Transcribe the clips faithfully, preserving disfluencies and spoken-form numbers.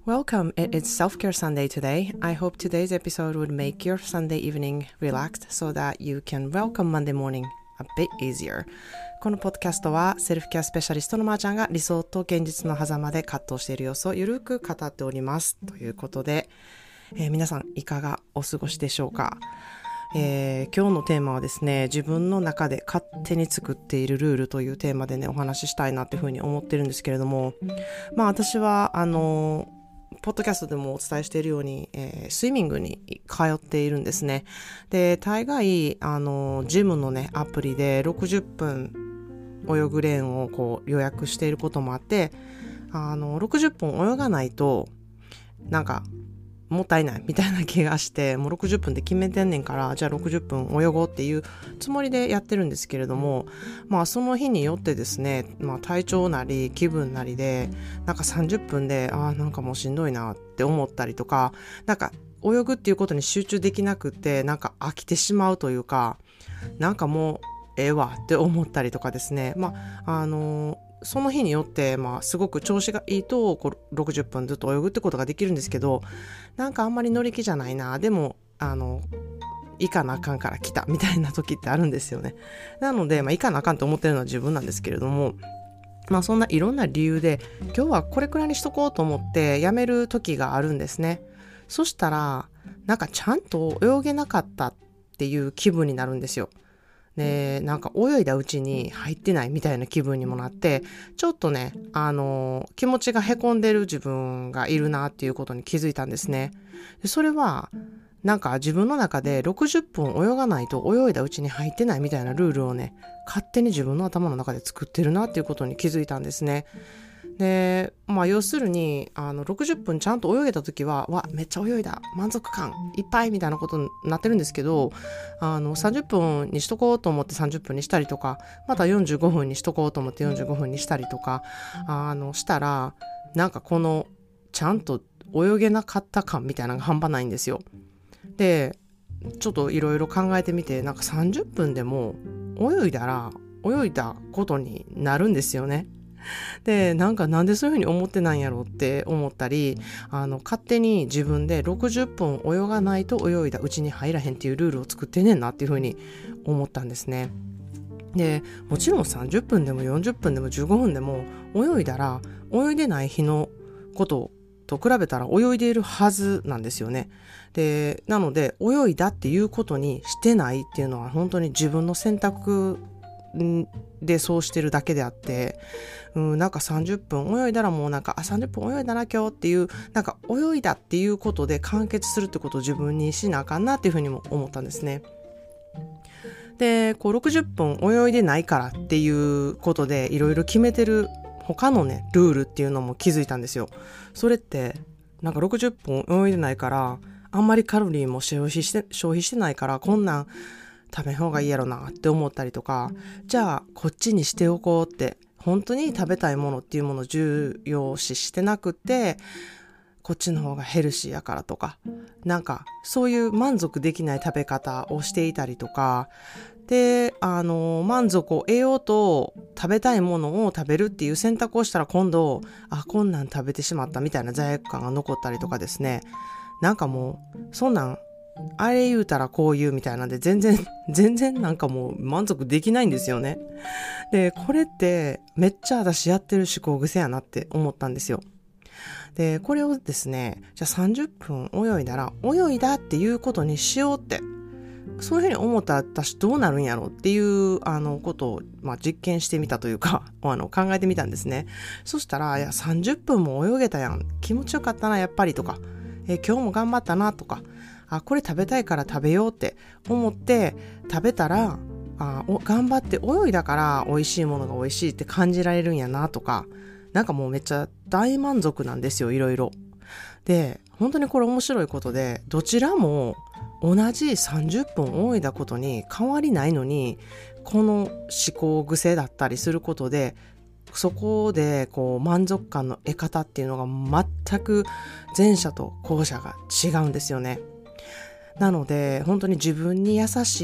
Welcome, it is Self-Care Sunday today. I hope today's episode would make your Sunday evening relaxed so that you can welcome Monday morning a bit easier. このポッドキャストはセルフケアスペシャリストのまーちゃんが理想と現実の狭間で葛藤している様子をゆるく語っておりますということで、えー、皆さんいかがお過ごしでしょうか。えー、今日のテーマはですね、自分の中で勝手に作っているルールというテーマでねお話ししたいなっていうふうに思ってるんですけれども、まあ私はあのポッドキャストでもお伝えしているように、えー、スイミングに通っているんですね。で、大概あのジムのねアプリでろくじゅっぷん泳ぐレーンをこう予約していることもあって、あのろくじゅっぷん泳がないとなんかもったいないみたいな気がして、もうろくじゅっぷんで決めてんねんから、じゃあろくじゅっぷん泳ごうっていうつもりでやってるんですけれども、まあその日によってですね、まあ体調なり気分なりでなんかさんじゅっぷんであーなんかもうしんどいなって思ったりとか、なんか泳ぐっていうことに集中できなくてなんか飽きてしまうというか、なんかもうええわって思ったりとかですね、まああのーその日によって、まあ、すごく調子がいいとこうろくじゅっぷんずっと泳ぐってことができるんですけど、なんかあんまり乗り気じゃないな、でもあの行かなあかんから来たみたいな時ってあるんですよね。なので、まあ、行かなあかんと思ってるのは自分なんですけれども、まあそんないろんな理由で今日はこれくらいにしとこうと思ってやめる時があるんですね。そしたらなんかちゃんと泳げなかったっていう気分になるんですよ。で、なんか泳いだうちに入ってないみたいな気分にもなって、ちょっとね、あの、気持ちがへこんでる自分がいるなっていうことに気づいたんですね。でそれは、なんか自分の中でろくじゅっぷん泳がないと泳いだうちに入ってないみたいなルールをね、勝手に自分の頭の中で作ってるなっていうことに気づいたんですね。で、まあ要するにあのろくじゅっぷんちゃんと泳げた時はわめっちゃ泳いだ満足感いっぱいみたいなことになってるんですけど、あのさんじゅっぷんにしとこうと思ってさんじゅっぷんにしたりとか、またよんじゅうごふんにしとこうと思ってよんじゅうごふんにしたりとかあのしたら、なんかこのちゃんと泳げなかった感みたいなのが半端ないんですよ。でちょっといろいろ考えてみて、なんかさんじゅっぷんでも泳いだら泳いだことになるんですよね。で、なんかなんでそういうふうに思ってないんやろうって思ったり、あの勝手に自分でろくじゅっぷん泳がないと泳いだうちに入らへんっていうルールを作ってんねんなっていうふうに思ったんですね。で、もちろんさんじゅっぷんでもよんじゅっぷんでもじゅうごふんでも泳いだら泳いでない日のことと比べたら泳いでいるはずなんですよね。で、なので泳いだっていうことにしてないっていうのは本当に自分の選択でそうしてるだけであって、うん、なんかさんじゅっぷん泳いだらもうなんかあさんじゅっぷん泳いだな今日っていう、なんか泳いだっていうことで完結するってことを自分にしなあかんなっていうふうにも思ったんですね。で、こうろくじゅっぷん泳いでないからっていうことでいろいろ決めてる他のねルールっていうのも気づいたんですよ。それってなんかろくじゅっぷん泳いでないからあんまりカロリーも消費して消費してないからこんなん食べん方がいいやろなって思ったりとか、じゃあこっちにしておこうって本当に食べたいものっていうものを重要視してなくて、こっちの方がヘルシーやからとか、なんかそういう満足できない食べ方をしていたりとかで、あの満足を得ようと食べたいものを食べるっていう選択をしたら、今度あこんなん食べてしまったみたいな罪悪感が残ったりとかですね、なんかもうそんなんあれ言うたらこう言うみたいなんで全然全然なんかもう満足できないんですよね。で、これってめっちゃ私やってる思考癖やなって思ったんですよ。で、これをですね、じゃあさんじゅっぷん泳いだら泳いだっていうことにしようって、そういうふうに思ったら私どうなるんやろうっていうあのことを、まあ、実験してみたというかあの考えてみたんですね。そしたら、いやさんじゅっぷんも泳げたやん、気持ちよかったなやっぱりとか、え今日も頑張ったなとか、あこれ食べたいから食べようって思って食べたら、あお頑張って泳いだから美味しいものが美味しいって感じられるんやなとか、なんかもうめっちゃ大満足なんですよ、いろいろ。で、本当にこれ面白いことで、どちらも同じさんじゅっぷん泳いだことに変わりないのに、この思考癖だったりすることで、そこでこう満足感の得方っていうのが全く前者と後者が違うんですよね。なので本当に自分に優しい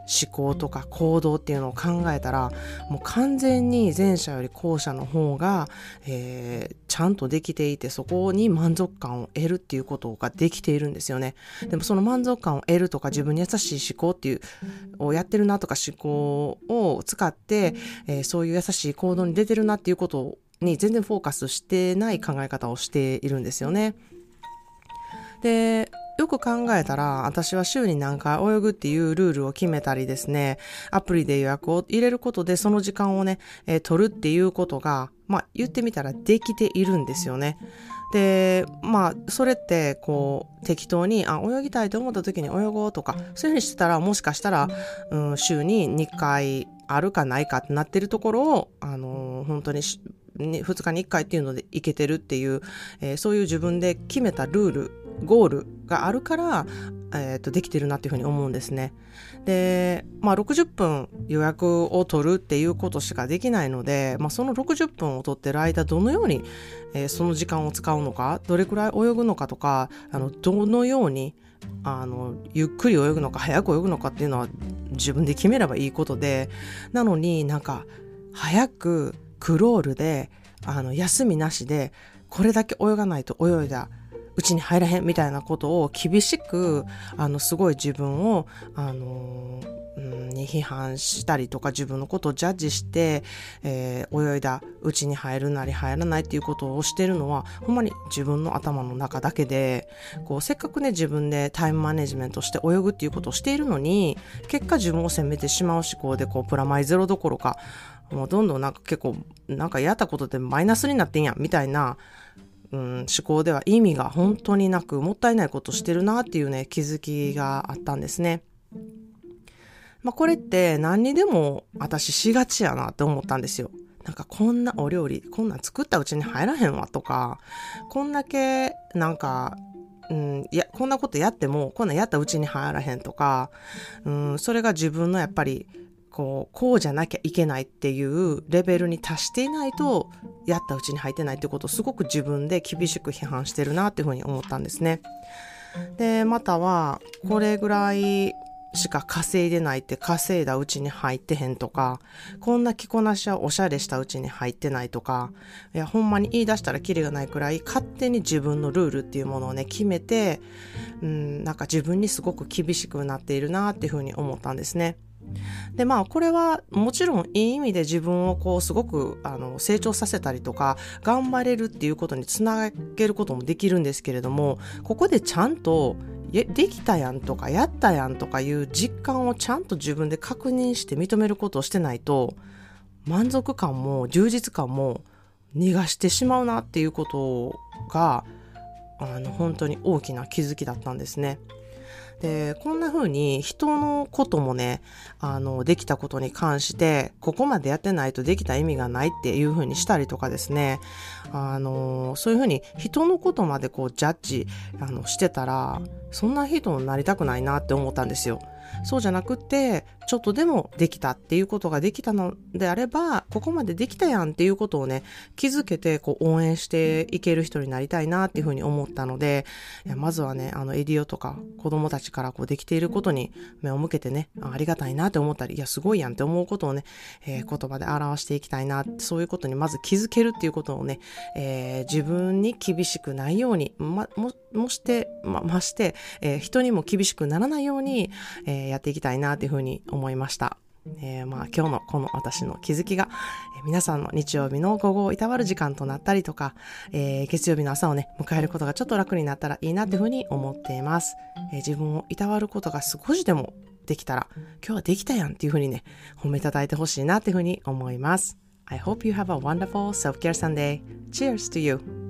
思考とか行動っていうのを考えたら、もう完全に前者より後者の方が、えー、ちゃんとできていて、そこに満足感を得るっていうことができているんですよね。でもその満足感を得るとか、自分に優しい思考っていうをやってるなとか、思考を使って、えー、そういう優しい行動に出てるなっていうことに全然フォーカスしてない考え方をしているんですよね。で、よく考えたら、私は週に何回泳ぐっていうルールを決めたりですね、アプリで予約を入れることでその時間をね、えー、取るっていうことが、まあ言ってみたらできているんですよね。で、まあそれってこう適当にあ泳ぎたいと思った時に泳ごうとか、そういうふうにしてたら、もしかしたら、うん、週ににかいあるかないかってなってるところを、あのー、本当にふつかにいっかいっていうのでいけてるっていう、えー、そういう自分で決めたルール、ゴールがあるから、えー、とできてるなっていうふうに思うんですね。で、まあろくじゅっぷん予約を取るっていうことしかできないので、まあそのろくじゅっぷんを取ってる間、どのように、えー、その時間を使うのか、どれくらい泳ぐのかとか、あのどのようにあのゆっくり泳ぐのか早く泳ぐのかっていうのは自分で決めればいいことで、なのになんか早くクロールであの休みなしでこれだけ泳がないと泳いだうちに入らへんみたいなことを厳しくあのすごい自分をあの、うん、に批判したりとか、自分のことをジャッジして、えー、泳いだうちに入るなり入らないっていうことをしてるのはほんまに自分の頭の中だけで、こうせっかくね自分でタイムマネジメントして泳ぐっていうことをしているのに、結果自分を責めてしまう思考で、こうプラマイゼロどころかもうどんどんなんか結構なんかやったことでマイナスになってんやみたいな、うん、思考では意味が本当になく、もったいないことしてるなっていうね気づきがあったんですね。まあこれって何にでも私しがちやなって思ったんですよ。なんかこんなお料理こんなん作ったうちに入らへんわとか、こんだけなんかうん、いやこんなことやってもこんなんやったうちに入らへんとか、うん、それが自分のやっぱりこう、こうじゃなきゃいけないっていうレベルに達していないとやったうちに入ってないってことをすごく自分で厳しく批判してるなっていうふうに思ったんですね。で、またはこれぐらいしか稼いでないって稼いだうちに入ってへんとか、こんな着こなしはおしゃれしたうちに入ってないとか、いやほんまに言い出したらキリがないくらい勝手に自分のルールっていうものをね決めて、うん、なんか自分にすごく厳しくなっているなっていうふうに思ったんですね。でまあこれはもちろんいい意味で自分をこうすごくあの成長させたりとか頑張れるっていうことにつなげることもできるんですけれども、ここでちゃんとできたやんとかやったやんとかいう実感をちゃんと自分で確認して認めることをしてないと、満足感も充実感も逃がしてしまうなっていうことがあの本当に大きな気づきだったんですね。で、こんな風に人のこともね、あの、できたことに関して、ここまでやってないとできた意味がないっていう風にしたりとかですね、あの、そういう風に人のことまでこうジャッジ、あの、してたら、そんな人になりたくないなって思ったんですよ。そうじゃなくて、ちょっとでもできたっていうことができたのであれば、ここまでできたやんっていうことをね、気づけてこう応援していける人になりたいなっていうふうに思ったので、いやまずはね、あのエディオとか子供たちからこうできていることに目を向けてね、ありがたいなって思ったり、いやすごいやんって思うことをね、えー、言葉で表していきたいなって、そういうことにまず気づけるっていうことをね、えー、自分に厳しくないように、ま、も、もして、ま、まして、えー、人にも厳しくならないように、えー、やっていきたいなっていうふうに思いました。えー、まあ今日のこの私の気づきが、えー、皆さんの日曜日の午後をいたわる時間となったりとか、えー、月曜日の朝をね迎えることがちょっと楽になったらいいなっていうふうに思っています。えー、自分をいたわることが少しでもできたら、今日はできたやんっていうふうにね褒めたたえてほしいなっていうふうに思います。I hope you have a wonderful self-care Sunday. Cheers to you!